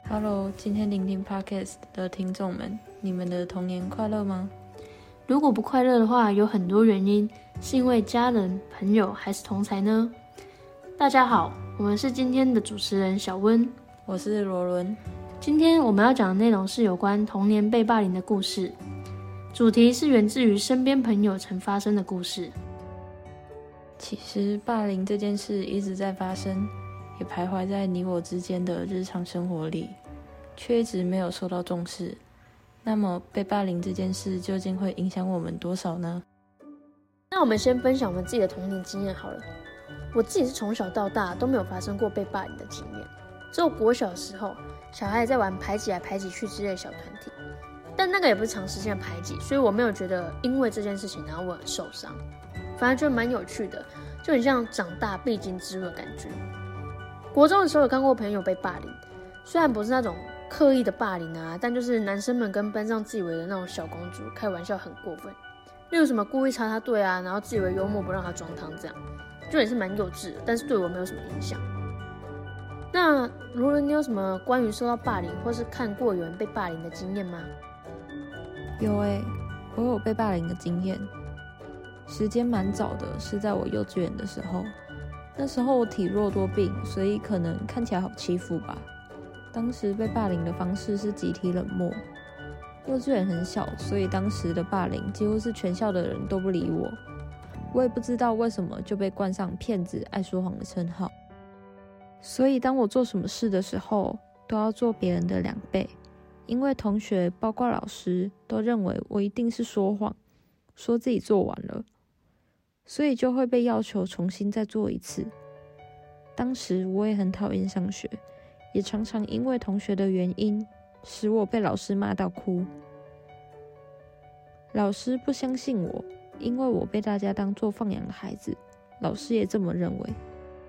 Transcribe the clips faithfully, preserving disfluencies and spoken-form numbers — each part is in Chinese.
Hello， 今天聆听 Podcast 的听众们，你们的童年快乐吗？ 如果不快乐的话，有很多原因，是因为家人、朋友还是同侪呢？大家好，我们是今天的主持人小温， 我是罗伦。 今天我们要讲的内容是有关童年被霸凌的故事，主题是源自于身边朋友曾发生的故事。 其实霸凌这件事一直在发生，也徘徊在你我之间的日常生活里，却一直没有受到重视。那么被霸凌这件事究竟会影响我们多少呢？ 那我们先分享我们自己的童年经验好了。我自己是从小到大都没有发生过被霸凌的经验，只有国小的时候，小孩在玩排挤来排挤去之类的小团体，但那个也不是长时间的排挤，所以我没有觉得因为这件事情然后我很受伤，反而觉得蛮有趣的，就很像长大必经之路的感觉。国中的时候有看过朋友被霸凌，虽然不是那种刻意的霸凌啊，但就是男生们跟班上自以为的那种小公主开玩笑很过分，例如什么故意插他队啊，然后自以为幽默不让他装汤这样，就也是蛮幼稚的，但是对我没有什么影响。那如伦，你有什么关于受到霸凌或是看过有人被霸凌的经验吗？ 有欸，我有被霸凌的经验，时间蛮早的，是在我幼稚园的时候。那时候我体弱多病，所以可能看起来好欺负吧。当时被霸凌的方式是集体冷漠。幼稚园很小，所以当时的霸凌几乎是全校的人都不理我。我也不知道为什么就被冠上骗子、爱说谎的称号。所以当我做什么事的时候，都要做别人的两倍，因为同学包括老师都认为我一定是说谎，说自己做完了，所以就会被要求重新再做一次。当时我也很讨厌上学，也常常因为同学的原因，使我被老师骂到哭。老师不相信我，因为我被大家当作放养的孩子，老师也这么认为。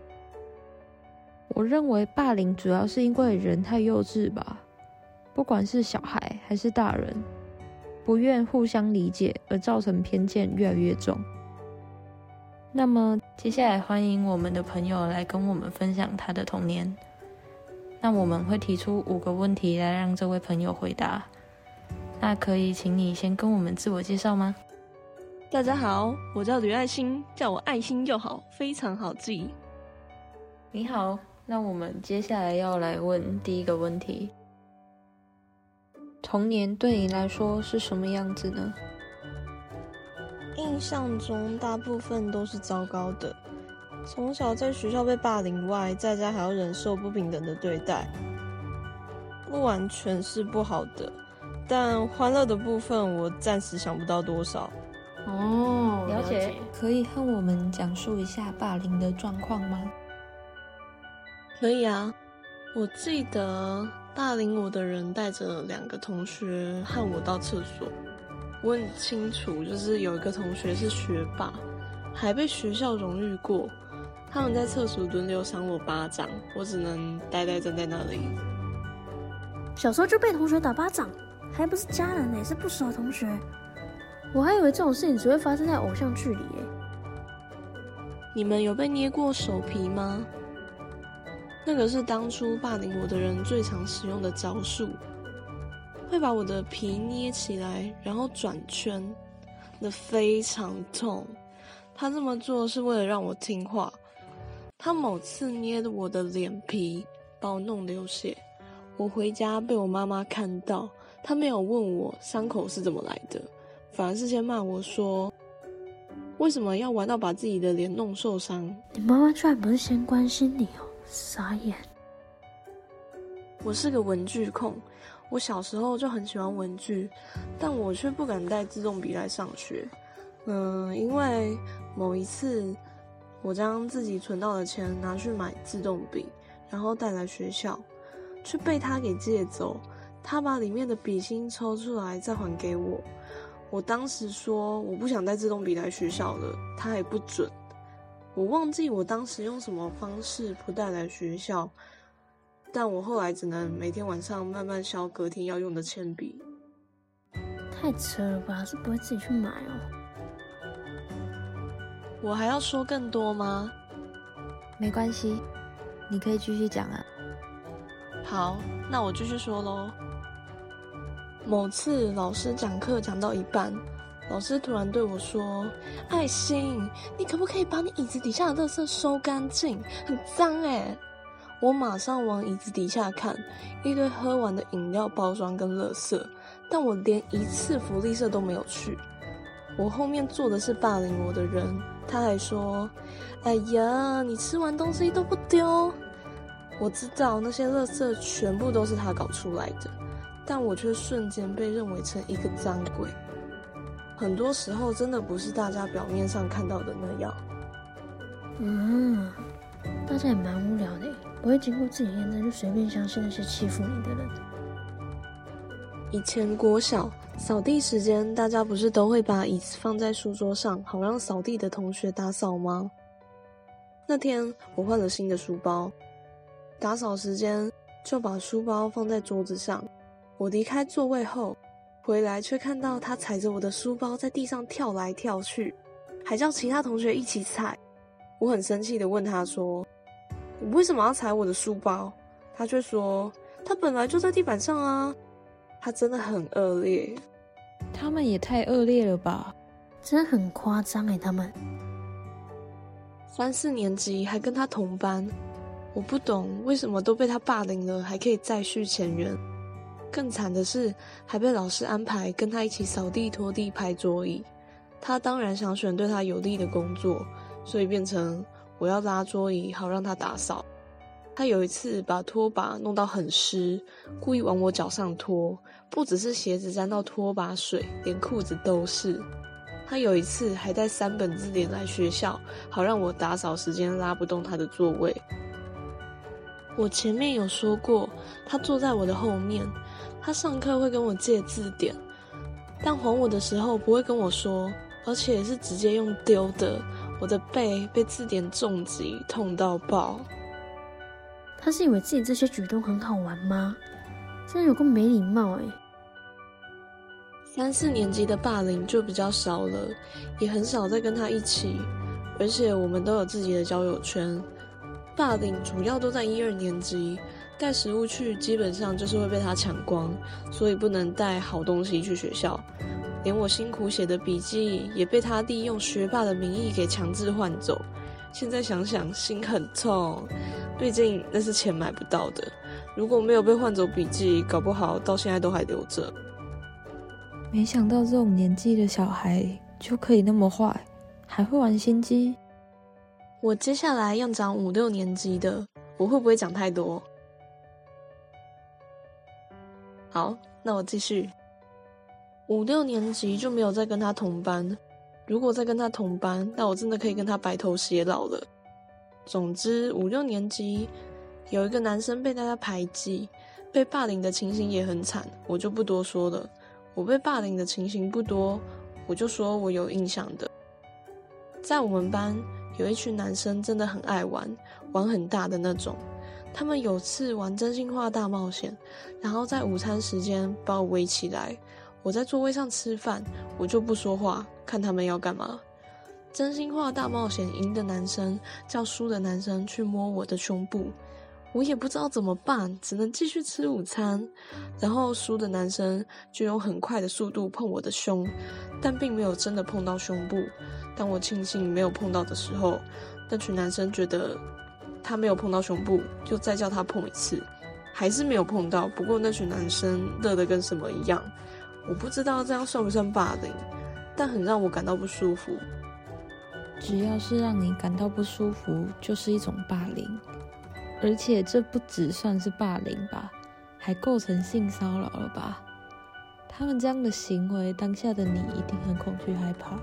我认为霸凌主要是因为人太幼稚吧，不管是小孩还是大人，不愿互相理解而造成偏见越来越重。那么接下来欢迎我们的朋友来跟我们分享他的童年。那我们会提出五个问题来让这位朋友回答。那可以请你先跟我们自我介绍吗？ 大家好，我叫吕爱心，叫我爱心就好，非常好记。 你好，那我们接下来要来问第一个问题。童年对你来说是什么样子呢？ 印象中大部分都是糟糕的，从小在学校被霸凌外，在家还要忍受不平等的对待，不完全是不好的，但欢乐的部分我暂时想不到多少。 哦， 了解，可以和我们讲述一下霸凌的状况吗？ 可以啊，我记得霸凌我的人带着两个同学和我到厕所，我很清楚，就是有一个同学是学霸，还被学校荣誉过。他们在厕所轮流赏我巴掌，我只能呆呆站在那里。 小时候就被同学打巴掌，还不是家人，也是不熟的同学。我还以为这种事情只会发生在偶像剧里耶。 你们有被捏过手皮吗？那个是当初霸凌我的人最常使用的招数，会把我的皮捏起来，然后转圈，那非常痛。他这么做是为了让我听话。他某次捏我的脸皮，把我弄流血。我回家被我妈妈看到，她没有问我伤口是怎么来的，反而是先骂我说，为什么要玩到把自己的脸弄受伤？ 你妈妈居然不是先关心你哦，傻眼。 我是个文具控，我小时候就很喜欢文具，但我却不敢带自动笔来上学。嗯，因为某一次我将自己存到的钱拿去买自动笔，然后带来学校，却被他给借走。他把里面的笔芯抽出来再还给我。我当时说我不想带自动笔来学校了，他也不准。我忘记我当时用什么方式不带来学校，但我后来只能每天晚上慢慢削隔天要用的铅笔。 太扯了吧，是不会自己去买哦。 我还要说更多吗？ 没关系，你可以继续讲啊。 好，那我继续说咯。某次老师讲课讲到一半，老师突然对我说：“爱心，你可不可以把你椅子底下的垃圾收干净？很脏欸。”我马上往椅子底下看，一堆喝完的饮料包装跟垃圾，但我连一次福利社都没有去。我后面坐的是霸凌我的人，他还说：“哎呀，你吃完东西都不丢。”我知道那些垃圾全部都是他搞出来的，但我却瞬间被认为成一个脏鬼。很多时候真的不是大家表面上看到的那样。 嗯，大家也蛮无聊的，不会经过自己验证就随便相信那些欺负你的人。 以前国小扫地时间，大家不是都会把椅子放在书桌上，好让扫地的同学打扫吗？那天我换了新的书包，打扫时间就把书包放在桌子上。我离开座位后回来，却看到他踩着我的书包在地上跳来跳去，还叫其他同学一起踩。我很生气地问他说：“你为什么要踩我的书包？”他却说：“他本来就在地板上啊。”他真的很恶劣。 他们也太恶劣了吧， 真的很夸张欸。他们三四年级还跟他同班，我不懂为什么都被他霸凌了还可以再续前缘。更惨的是还被老师安排跟他一起扫地拖地拍桌椅。他当然想选对他有利的工作，所以变成我要拉桌椅好让他打扫。他有一次把拖把弄到很湿，故意往我脚上拖，不只是鞋子沾到拖把水，连裤子都是。他有一次还带三本字典来学校，好让我打扫时间拉不动他的座位。我前面有说过，他坐在我的后面，他上课会跟我借字典，但还我的时候不会跟我说，而且是直接用丢的。我的背被字典重击，痛到爆。 他是以为自己这些举动很好玩吗？真的有够没礼貌欸。 三四年级的霸凌就比较少了，也很少再跟他一起，而且我们都有自己的交友圈。霸凌主要都在一二年级，带食物去基本上就是会被他抢光，所以不能带好东西去学校。连我辛苦写的笔记也被他弟用学霸的名义给强制换走。现在想想心很痛，毕竟那是钱买不到的。如果没有被换走笔记，搞不好到现在都还留着。 没想到这种年纪的小孩就可以那么坏，还会玩心机。 我接下来要讲五六年级的，我会不会讲太多？好，那我继续。五六年级就没有再跟他同班，如果再跟他同班，那我真的可以跟他白头偕老了。总之，五六年级有一个男生被大家排挤，被霸凌的情形也很惨，我就不多说了。我被霸凌的情形不多，我就说我有印象的。在我们班有一群男生真的很爱玩，玩很大的那种。他们有次玩真心话大冒险，然后在午餐时间把我围起来，我在座位上吃饭，我就不说话，看他们要干嘛。真心话大冒险赢的男生叫输的男生去摸我的胸部，我也不知道怎么办，只能继续吃午餐。然后输的男生就用很快的速度碰我的胸，但并没有真的碰到胸部。当我庆幸没有碰到的时候，那群男生觉得他没有碰到胸部，就再叫他碰一次，还是没有碰到。不过那群男生乐得跟什么一样，我不知道这样算不算霸凌，但很让我感到不舒服。 只要是让你感到不舒服，就是一种霸凌。而且这不只算是霸凌吧，还构成性骚扰了吧？他们这样的行为，当下的你一定很恐惧害怕。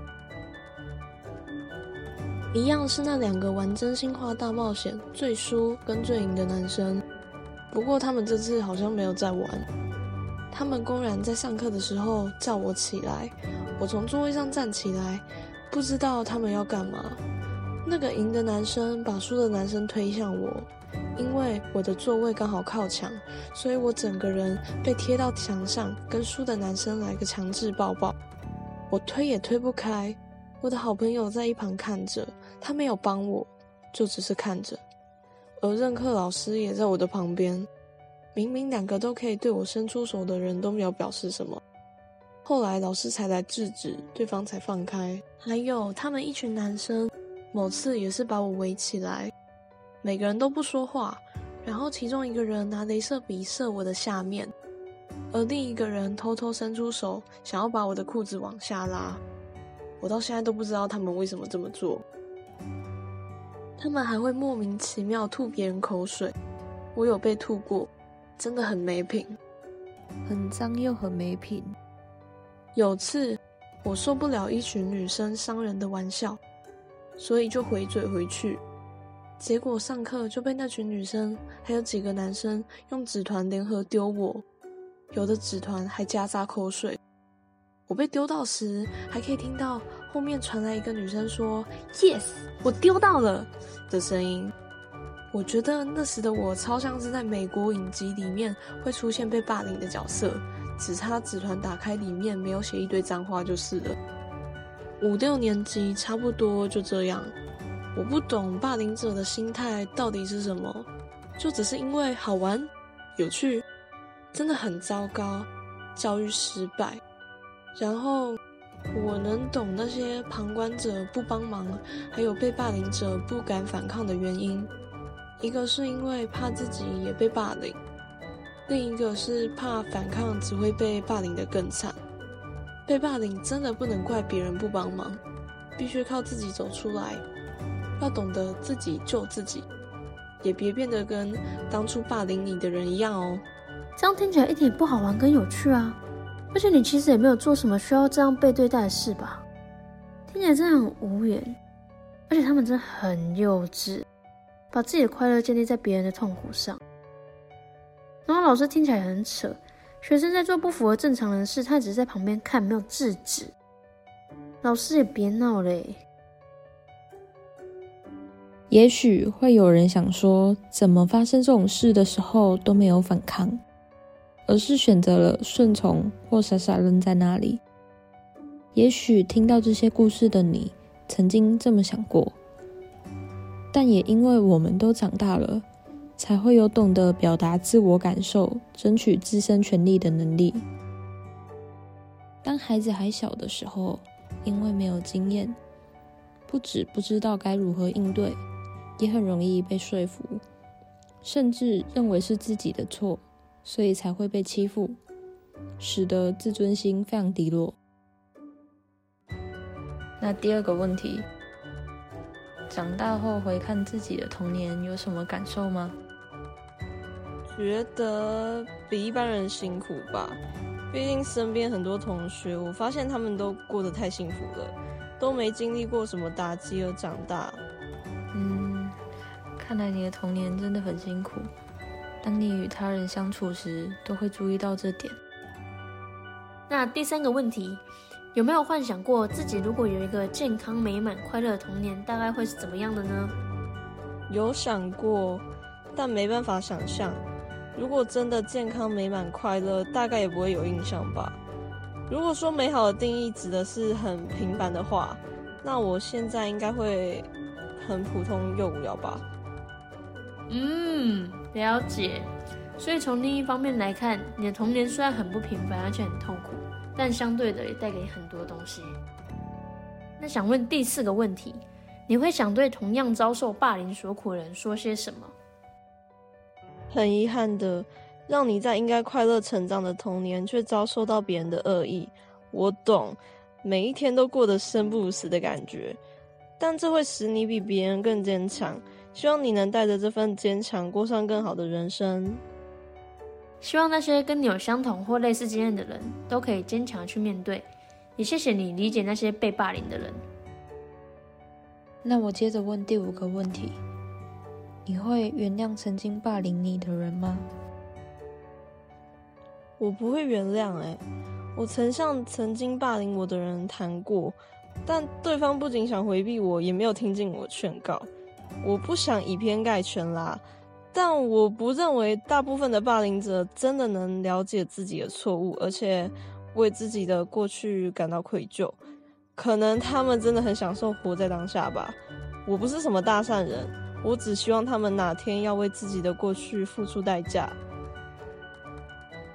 一样是那两个玩真心话大冒险最输跟最赢的男生，不过他们这次好像没有在玩。他们公然在上课的时候叫我起来，我从座位上站起来，不知道他们要干嘛。那个赢的男生把输的男生推向我，因为我的座位刚好靠墙，所以我整个人被贴到墙上，跟输的男生来个强制抱抱。我推也推不开，我的好朋友在一旁看着，他没有帮我，就只是看着。而任课老师也在我的旁边。 明明两个都可以对我伸出手的人都没有表示什么，后来老师才来制止，对方才放开。还有他们一群男生，某次也是把我围起来，每个人都不说话，然后其中一个人拿雷射笔射我的下面，而另一个人偷偷伸出手，想要把我的裤子往下拉。我到现在都不知道他们为什么这么做。他们还会莫名其妙吐别人口水，我有被吐过，真的很没品， 很脏又很没品。 有次我受不了一群女生伤人的玩笑，所以就回嘴回去，结果上课就被那群女生还有几个男生用纸团联合丢我，有的纸团还夹杂口水。我被丢到时，还可以听到后面传来一个女生说 Yes 我丢到了的声音。我觉得那时的我超像是在美国影集里面会出现被霸凌的角色，只差纸团打开里面没有写一堆脏话就是了。五六年级差不多就这样，我不懂霸凌者的心态到底是什么，就只是因为好玩有趣，真的很糟糕，教育失败。然后我能懂那些旁观者不帮忙，还有被霸凌者不敢反抗的原因，一个是因为怕自己也被霸凌，另一个是怕反抗只会被霸凌得更惨。被霸凌真的不能怪别人不帮忙，必须靠自己走出来，要懂得自己救自己，也别变得跟当初霸凌你的人一样哦。 这样听起来一点也不好玩跟有趣啊，而且你其实也没有做什么需要这样被对待的事吧？听起来真的很无言，而且他们真的很幼稚，把自己的快乐建立在别人的痛苦上。然后老师听起来很扯，学生在做不符合正常人的事，他只是在旁边看，没有制止。老师也别闹嘞。 也许会有人想说，怎么发生这种事的时候都没有反抗，而是选择了顺从或傻傻愣在那里。也许听到这些故事的你曾经这么想过，但也因为我们都长大了，才会有懂得表达自我感受、争取自身权利的能力。当孩子还小的时候，因为没有经验，不只不知道该如何应对，也很容易被说服，甚至认为是自己的错，所以才会被欺负，使得自尊心非常低落。那第二个问题，长大后回看自己的童年有什么感受吗？ 觉得比一般人辛苦吧，毕竟身边很多同学，我发现他们都过得太幸福了，都没经历过什么打击而长大。 嗯，看来你的童年真的很辛苦，当你与他人相处时都会注意到这点。 那第三个问题，有没有幻想过自己如果有一个健康美满快乐的童年，大概会是怎么样的呢？ 有想过，但没办法想象，如果真的健康美满快乐，大概也不会有印象吧。如果说美好的定义指的是很平凡的话，那我现在应该会很普通又无聊吧。 嗯，了解。所以从另一方面来看，你的童年虽然很不平凡，而且很痛苦，但相对的也带给你很多东西。那想问第四个问题，你会想对同样遭受霸凌所苦的人说些什么？ 很遗憾的，让你在应该快乐成长的童年却遭受到别人的恶意。我懂，每一天都过得生不如死的感觉，但这会使你比别人更坚强。希望你能带着这份坚强过上更好的人生。 希望那些跟你有相同或类似经验的人都可以坚强地去面对，也谢谢你理解那些被霸凌的人。 那我接着问第五个问题，你会原谅曾经霸凌你的人吗？ 我不会原谅欸，我曾向曾经霸凌我的人谈过，但对方不仅想回避我，也没有听进我劝告。我不想以偏概全啦，但我不认为大部分的霸凌者真的能了解自己的错误，而且为自己的过去感到愧疚。可能他们真的很享受活在当下吧。我不是什么大善人，我只希望他们哪天要为自己的过去付出代价。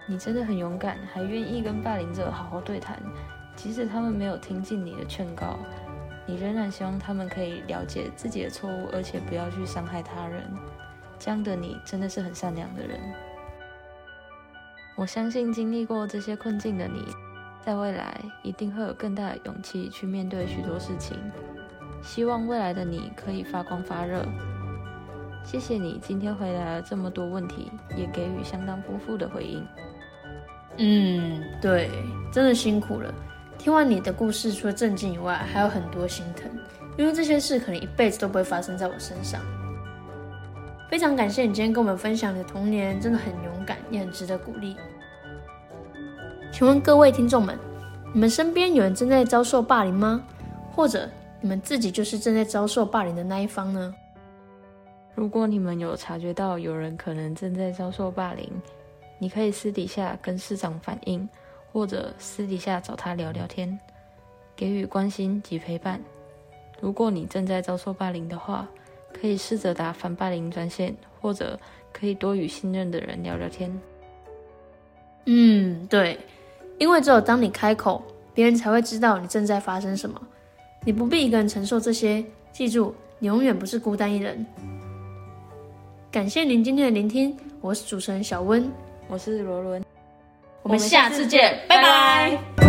你真的很勇敢，还愿意跟霸凌者好好对谈，即使他们没有听进你的劝告，你仍然希望他们可以了解自己的错误，而且不要去伤害他人。这样的你真的是很善良的人。我相信经历过这些困境的你，在未来一定会有更大的勇气去面对许多事情。希望未来的你可以发光发热。谢谢你今天回答了这么多问题，也给予相当丰富的回应。 嗯，对，真的辛苦了。听完你的故事，除了震惊以外，还有很多心疼，因为这些事可能一辈子都不会发生在我身上。非常感谢你今天跟我们分享你的童年，真的很勇敢，也很值得鼓励。请问各位听众们，你们身边有人正在遭受霸凌吗？或者你们自己就是正在遭受霸凌的那一方呢？ 如果你们有察觉到有人可能正在遭受霸凌，你可以私底下跟市长反映，或者私底下找他聊聊天，给予关心及陪伴。如果你正在遭受霸凌的话，可以试着打反霸凌专线，或者可以多与信任的人聊聊天。 嗯，对，因为只有当你开口，别人才会知道你正在发生什么。你不必一个人承受这些，记住，你永远不是孤单一人。感谢您今天的聆听，我是主持人小温， 我是罗伦， 我们下次见，拜拜。